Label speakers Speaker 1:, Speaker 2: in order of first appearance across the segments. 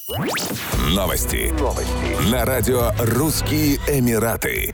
Speaker 1: Новости. На радио «Русские Эмираты».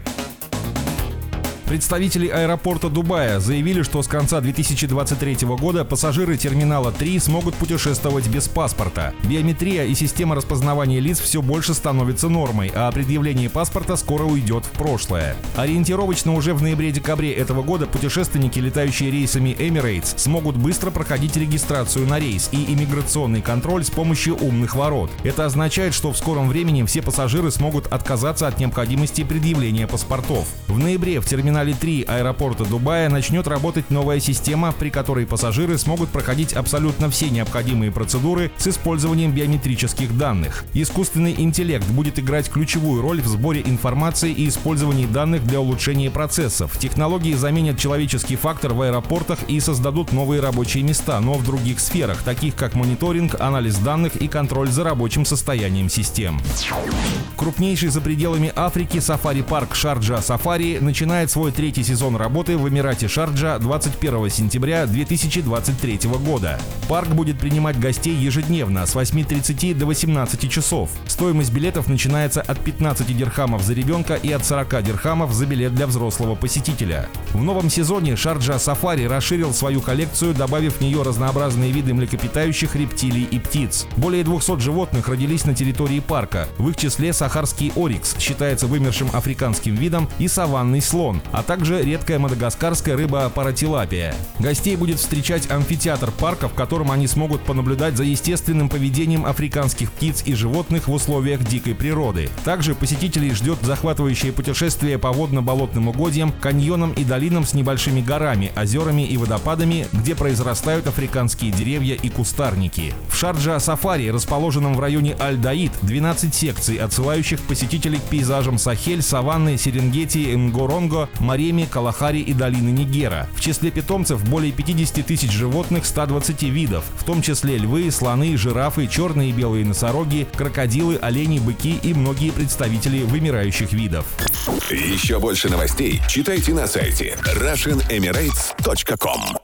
Speaker 2: Представители аэропорта Дубая заявили, что с конца 2023 года пассажиры терминала 3 смогут путешествовать без паспорта. Биометрия и система распознавания лиц все больше становятся нормой, а предъявление паспорта скоро уйдет в прошлое. Ориентировочно уже в ноябре-декабре этого года путешественники, летающие рейсами Emirates, смогут быстро проходить регистрацию на рейс и иммиграционный контроль с помощью умных ворот. Это означает, что в скором времени все пассажиры смогут отказаться от необходимости предъявления паспортов. В ноябре в терминале 3 аэропорта Дубая начнет работать новая система, при которой пассажиры смогут проходить абсолютно все необходимые процедуры с использованием биометрических данных. Искусственный интеллект будет играть ключевую роль в сборе информации и использовании данных для улучшения процессов. Технологии заменят человеческий фактор в аэропортах и создадут новые рабочие места, но в других сферах, таких как мониторинг, анализ данных и контроль за рабочим состоянием систем. Крупнейший за пределами Африки сафари-парк Шарджа Сафари начинает свой третий сезон работы в Эмирате Шарджа 21 сентября 2023 года. Парк будет принимать гостей ежедневно с 8:30 до 18 часов. Стоимость билетов начинается от 15 дирхамов за ребенка и от 40 дирхамов за билет для взрослого посетителя. В новом сезоне Шарджа Сафари расширил свою коллекцию, добавив в нее разнообразные виды млекопитающих, рептилий и птиц. Более 200 животных родились на территории парка. В их числе сахарский орикс, считается вымершим африканским видом, и саванный слон, а также редкая мадагаскарская рыба паратилапия. Гостей будет встречать амфитеатр парка, в котором они смогут понаблюдать за естественным поведением африканских птиц и животных в условиях дикой природы. Также посетителей ждет захватывающее путешествие по водно-болотным угодьям, каньонам и долинам с небольшими горами, озерами и водопадами, где произрастают африканские деревья и кустарники. В Шарджа Сафари, расположенном в районе Аль-Даид, 12 секций, отсылающих посетителей к пейзажам Сахель, саванны, Серенгети, Нгоронго, Мареми, Калахари и долины Нигера. В числе питомцев более 50 тысяч животных 120 видов, в том числе львы, слоны, жирафы, черные и белые носороги, крокодилы, олени, быки и многие представители вымирающих видов.
Speaker 1: Еще больше новостей читайте на сайте RussianEmirates.com.